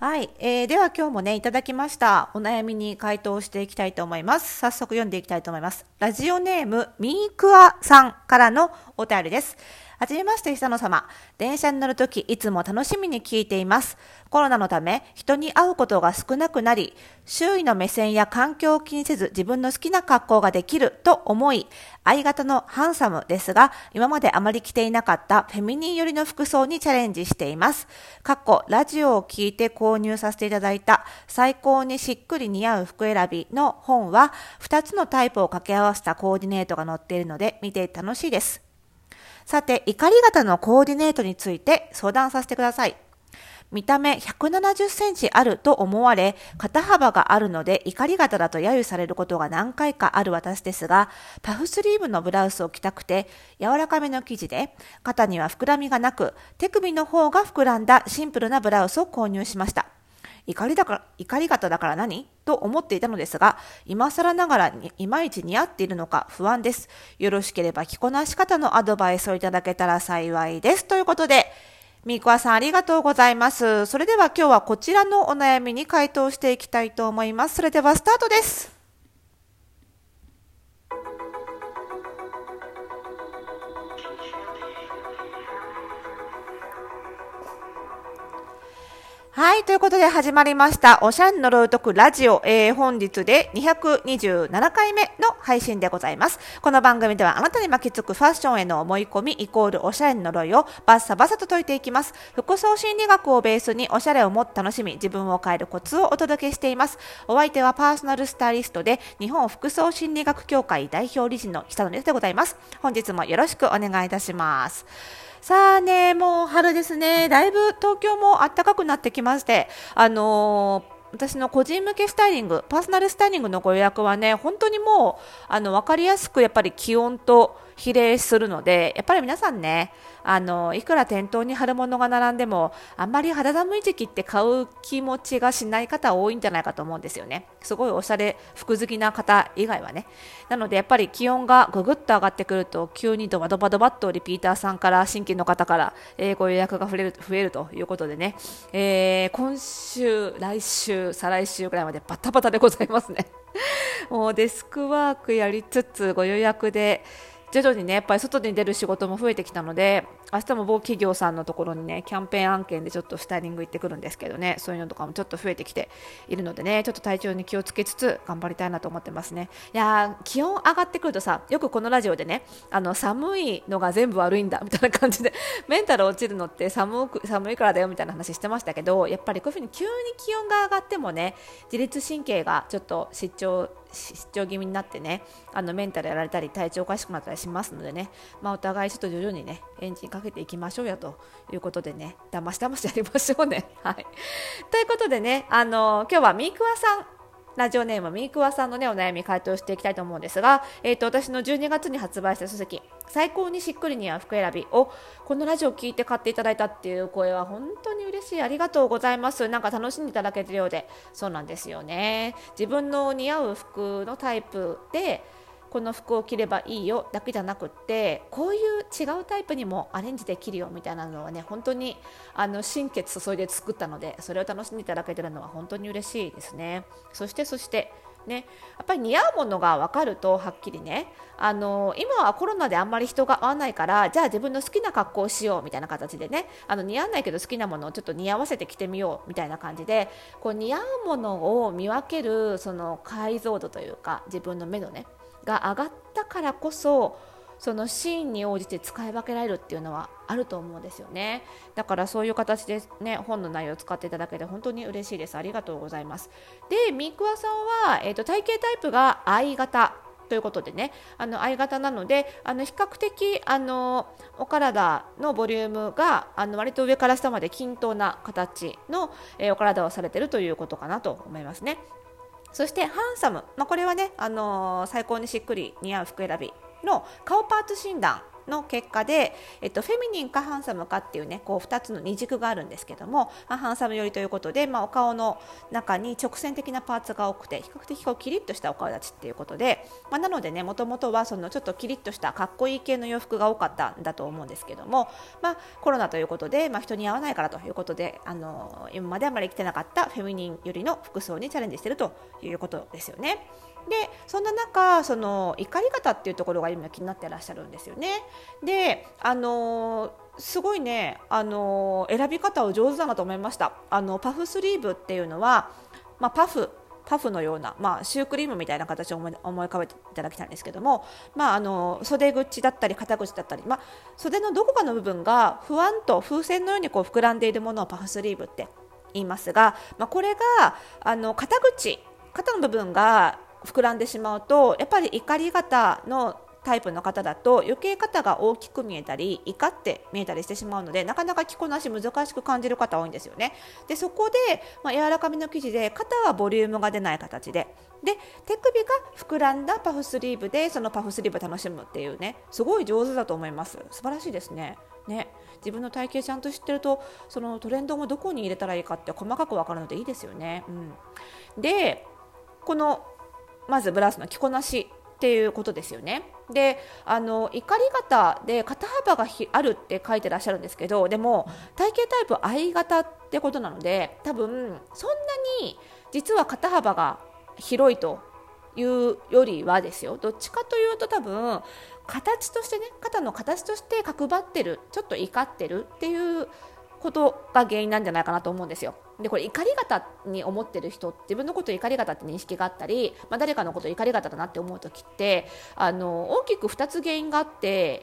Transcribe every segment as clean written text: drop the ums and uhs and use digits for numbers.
はい、では今日もねいただきましたお悩みに回答していきたいと思います。早速読んでいきたいと思います。ラジオネームミークアさんからのお便りです。はじめまして、久野様。電車に乗るときいつも楽しみに聞いています。コロナのため人に会うことが少なくなり、周囲の目線や環境を気にせず自分の好きな格好ができると思い、相方のハンサムですが、今まであまり着ていなかったフェミニン寄りの服装にチャレンジしています。ラジオを聞いて購入させていただいた最高にしっくり似合う服選びの本は、2つのタイプを掛け合わせたコーディネートが載っているので見て楽しいです。さて、怒り型のコーディネートについて相談させてください。見た目170センチあると思われ、肩幅があるので怒り型だと揶揄されることが何回かある私ですが、パフスリーブのブラウスを着たくて、柔らかめの生地で、肩には膨らみがなく、手首の方が膨らんだシンプルなブラウスを購入しました。怒り型だから何と思っていたのですが、今更ながらいまいち似合っているのか不安です。よろしければ着こなし方のアドバイスをいただけたら幸いです。ということで、みーこわさんありがとうございます。それでは今日はこちらのお悩みに回答していきたいと思います。それではスタートです。はい、ということで始まりました。おしゃれの呪いを解くラジオ、本日で227回目の配信でございます。この番組ではあなたに巻きつくファッションへの思い込みイコールおしゃれの呪いをバッサバサと解いていきます。服装心理学をベースにおしゃれをもっと楽しみ、自分を変えるコツをお届けしています。お相手はパーソナルスタイリストで日本服装心理学協会代表理事の久野でございます。本日もよろしくお願いいたします。さあね、もう春ですね。だいぶ東京も暖かくなってきまして、私の個人向けスタイリング、パーソナルスタイリングのご予約はね、本当にもう、わかりやすくやっぱり気温と比例するので、やっぱり皆さんね、いくら店頭に貼るものが並んでも、あんまり肌寒い時期って買う気持ちがしない方多いんじゃないかと思うんですよね。すごいおしゃれ服好きな方以外はね。なのでやっぱり気温がぐぐっと上がってくると、急にドバドバドバっとリピーターさんから新規の方から、ご予約が増えるということでね、今週、来週、再来週ぐらいまでバタバタでございますね。もうデスクワークやりつつご予約で徐々にねやっぱり外に出る仕事も増えてきたので、明日も某企業さんのところにねキャンペーン案件でちょっとスタイリング行ってくるんですけどね、そういうのとかもちょっと増えてきているのでね、ちょっと体調に気をつけつつ頑張りたいなと思ってますね。いや気温上がってくるとさ、よくこのラジオでね、寒いのが全部悪いんだみたいな感じでメンタル落ちるのって寒いからだよみたいな話してましたけど、やっぱりこういうふうに急に気温が上がってもね、自律神経がちょっと失調気味になってね、メンタルやられたり体調おかしくなったりしますのでね、お互いちょっと徐々にねエンジンかけていきましょうやということでね、だましやりましょうね。はい。ということでね、今日はミークワさん、ラジオネームミークワさんのねお悩み回答していきたいと思うんですが、私の12月に発売した書籍最高にしっくり似合う服選びをこのラジオを聞いて買っていただいたっていう声は本当に嬉しい、ありがとうございます。なんか楽しんでいただけてるようで、そうなんですよね。自分の似合う服のタイプでこの服を着ればいいよだけじゃなくって、こういう違うタイプにもアレンジできるよみたいなのはね、本当に心血注いで作ったので、それを楽しんでいただけてるのは本当に嬉しいですね。そしてね、やっぱり似合うものが分かるとはっきりね、今はコロナであんまり人が合わないから、じゃあ自分の好きな格好をしようみたいな形でね、似合わないけど好きなものをちょっと似合わせて着てみようみたいな感じで、こう似合うものを見分けるその解像度というか、自分の目のねが上がったからこそ、そのシーンに応じて使い分けられるっていうのはあると思うんですよね。だからそういう形でね、本の内容を使っていただけて本当に嬉しいです。ありがとうございます。で、ミークワさんは、体型タイプが I 型ということでね、I 型なので、比較的お体のボリュームが割と上から下まで均等な形の、お体をされているということかなと思いますね。そしてハンサム、これはね、最高にしっくり似合う服選びの顔パーツ診断の結果で、フェミニンかハンサムかっていうね、こう2つの二軸があるんですけども、ハンサム寄りということで、お顔の中に直線的なパーツが多くて比較的こうキリッとしたお顔立ちっていうことで、なのでね、もともとはそのちょっとキリッとしたかっこいい系の洋服が多かったんだと思うんですけども、コロナということで、人に合わないからということで、今まであまり着てなかったフェミニン寄りの服装にチャレンジしているということですよね。でそんな中、その怒り方っていうところが今気になってらっしゃるんですよね。で、すごいね、選び方を上手だなと思いました。パフスリーブっていうのは、パフのような、シュークリームみたいな形を思い浮かべていただきたいんですけども、袖口だったり肩口だったり、袖のどこかの部分がふわんと風船のようにこう膨らんでいるものをパフスリーブって言いますが、これが肩の部分が膨らんでしまうと、やっぱり怒り型のタイプの方だと余計肩が大きく見えたり怒って見えたりしてしまうので、なかなか着こなし難しく感じる方多いんですよね。でそこで、柔らかめの生地で肩はボリュームが出ない形で、手首が膨らんだパフスリーブでそのパフスリーブを楽しむっていうね、すごい上手だと思います。素晴らしいですね。自分の体型ちゃんと知ってると、そのトレンドもどこに入れたらいいかって細かく分かるのでいいですよね。でこのまずブラウスの着こなしっていうことですよね。で怒り型で肩幅があるって書いてらっしゃるんですけど、でも体型タイプ I 型ってことなので、多分そんなに実は肩幅が広いというよりはですよ、どっちかというと多分形としてね、肩の形として角張ってる、ちょっと怒ってるっていうことが原因なんじゃないかなと思うんですよ。でこれ怒り型に思ってる人、自分のことを怒り型って認識があったり、誰かのことを怒り型だなって思うときって、大きく2つ原因があって、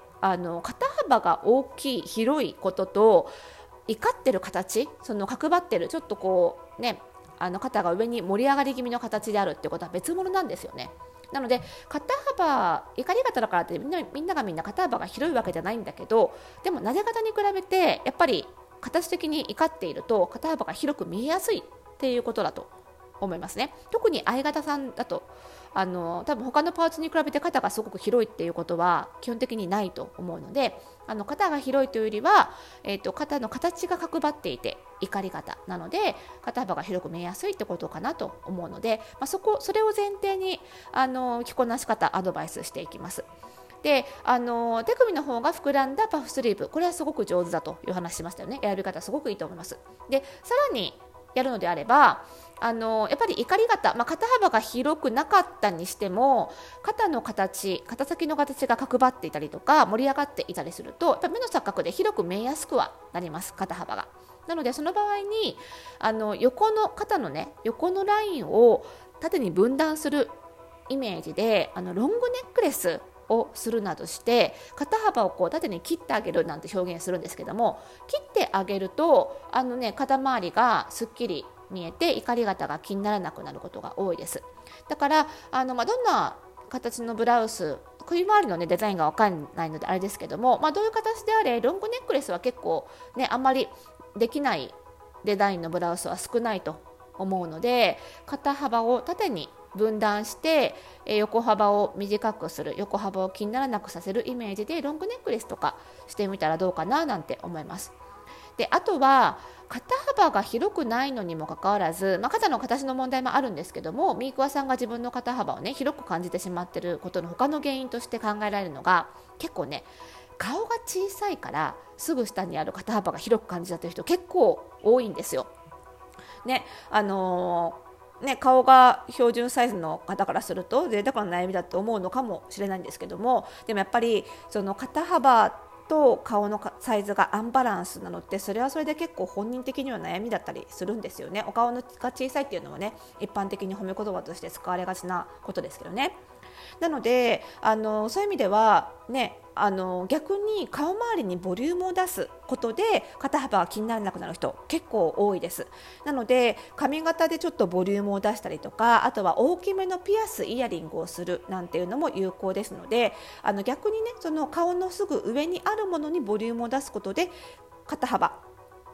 肩幅が大きい広いことと、怒ってる形、その角張ってるちょっとこうね、肩が上に盛り上がり気味の形であるってことは別物なんですよね。なので肩幅、怒り型だからってみんなが肩幅が広いわけじゃないんだけど、でも撫で方に比べてやっぱり形的に怒っていると肩幅が広く見えやすいっていうことだと思いますね。特に I 型さんだと多分他のパーツに比べて肩がすごく広いっていうことは基本的にないと思うので、肩が広いというよりは、肩の形が角張っていて怒り型なので肩幅が広く見えやすいってことかなと思うので、それを前提に着こなし方アドバイスしていきます。で手首の方が膨らんだパフスリーブ、これはすごく上手だという話しましたよね。選び方すごくいいと思います。でさらにやるのであればやっぱり怒り型、肩幅が広くなかったにしても肩先の形が角張っていたりとか盛り上がっていたりすると、やっぱり目の錯覚で広く見えやすくはなります、肩幅が。なのでその場合に肩のね、横のラインを縦に分断するイメージでロングネックレスをするなどして肩幅をこう縦に切ってあげるなんて表現するんですけども、切ってあげると肩周りがすっきり見えて怒り型が気にならなくなることが多いです。だからどんな形のブラウス、首周りの、デザインが分かんないのであれですけども、どういう形であれロングネックレスは結構あんまりできないデザインのブラウスは少ないと思うので、肩幅を縦に分断して横幅を短くする、横幅を気にならなくさせるイメージでロングネックレスとかしてみたらどうかななんて思います。であとは肩幅が広くないのにもかかわらず、肩の形の問題もあるんですけども、ミークワさんが自分の肩幅を広く感じてしまっていることの他の原因として考えられるのが、結構顔が小さいからすぐ下にある肩幅が広く感じちゃってる人結構多いんですよ。顔が標準サイズの方からすると贅沢な悩みだと思うのかもしれないんですけども、でもやっぱりその肩幅と顔のサイズがアンバランスなのって、それはそれで結構本人的には悩みだったりするんですよね。お顔が小さいっていうのは一般的に褒め言葉として使われがちなことですけどね。なのでそういう意味では逆に顔周りにボリュームを出すことで肩幅が気にならなくなる人結構多いです。なので髪型でちょっとボリュームを出したりとか、あとは大きめのピアス、イヤリングをするなんていうのも有効ですので、逆にその顔のすぐ上にあるものにボリュームを出すことで肩幅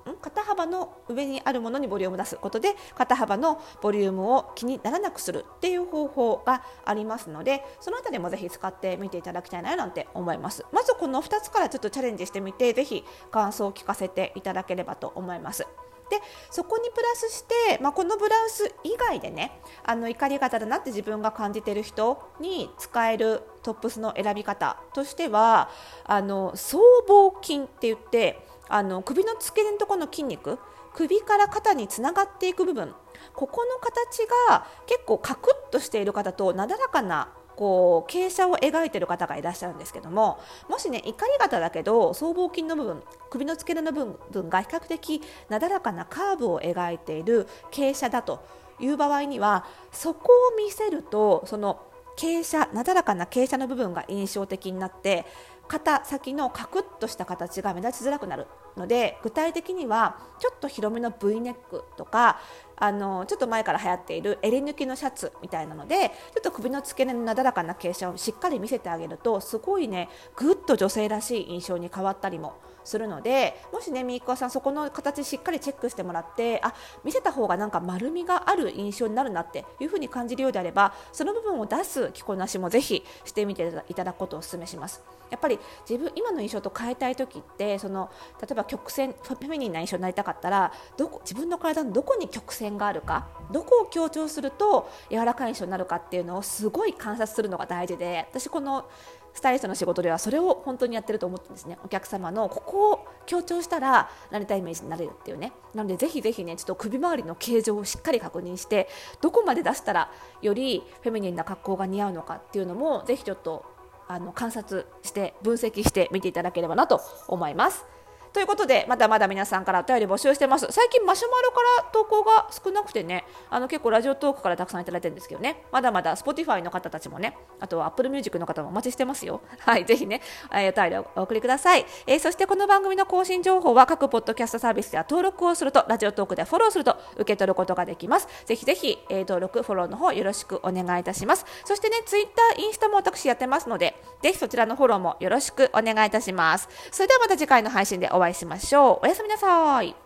肩幅の上にあるものにボリュームを出すことで肩幅のボリュームを気にならなくするっていう方法がありますので、そのあたりもぜひ使ってみていただきたいななんて思います。まずこの2つからちょっとチャレンジしてみて、ぜひ感想を聞かせていただければと思います。でそこにプラスして、このブラウス以外でね、怒り型だなって自分が感じている人に使えるトップスの選び方としては、僧帽筋って言って、首の付け根のところの筋肉、首から肩につながっていく部分、ここの形が結構カクッとしている方となだらかな傾斜を描いている方がいらっしゃるんですけども、もしね怒り型だけど僧帽筋の部分、首の付け根の部分が比較的なだらかなカーブを描いている傾斜だという場合には、そこを見せるとそのなだらかな傾斜の部分が印象的になって、肩先のカクッとした形が目立ちづらくなるので、具体的にはちょっと広めの V ネックとか、ちょっと前から流行っている襟抜きのシャツみたいなので、ちょっと首の付け根のなだらかな傾斜をしっかり見せてあげると、すごいねぐっと女性らしい印象に変わったりもするので、もしねみーこさんそこの形しっかりチェックしてもらって、見せた方がなんか丸みがある印象になるなっていう風に感じるようであれば、その部分を出す着こなしもぜひしてみていただくことをお勧めします。やっぱり今の印象と変えたい時って、例えば曲線フェミニンな印象になりたかったら、自分の体のどこに曲線があるか、どこを強調すると柔らかい印象になるかっていうのをすごい観察するのが大事で、私このスタイリストの仕事ではそれを本当にやってると思ってるんですね。お客様のここを強調したらなりたいイメージになれるっていうね。なのでぜひぜひね、ちょっと首周りの形状をしっかり確認して、どこまで出したらよりフェミニンな格好が似合うのかっていうのもぜひちょっと観察して分析して見ていただければなと思います。ということで、まだまだ皆さんからお便り募集してます。最近マシュマロから投稿が少なくてね、結構ラジオトークからたくさんいただいてるんですけどね、まだまだ Spotify の方たちもね、あとは Apple Music の方もお待ちしてますよ。はい、ぜひね、お便りをお送りください。そしてこの番組の更新情報は各ポッドキャストサービスでは登録をすると、ラジオトークでフォローすると受け取ることができます。ぜひぜひ、登録フォローの方よろしくお願いいたします。そしてね、Twitter、インスタも私やってますので、ぜひそちらのフォローもよろしくお願いいたします。それではまた次回の配信でお会いしましょう。おやすみなさい。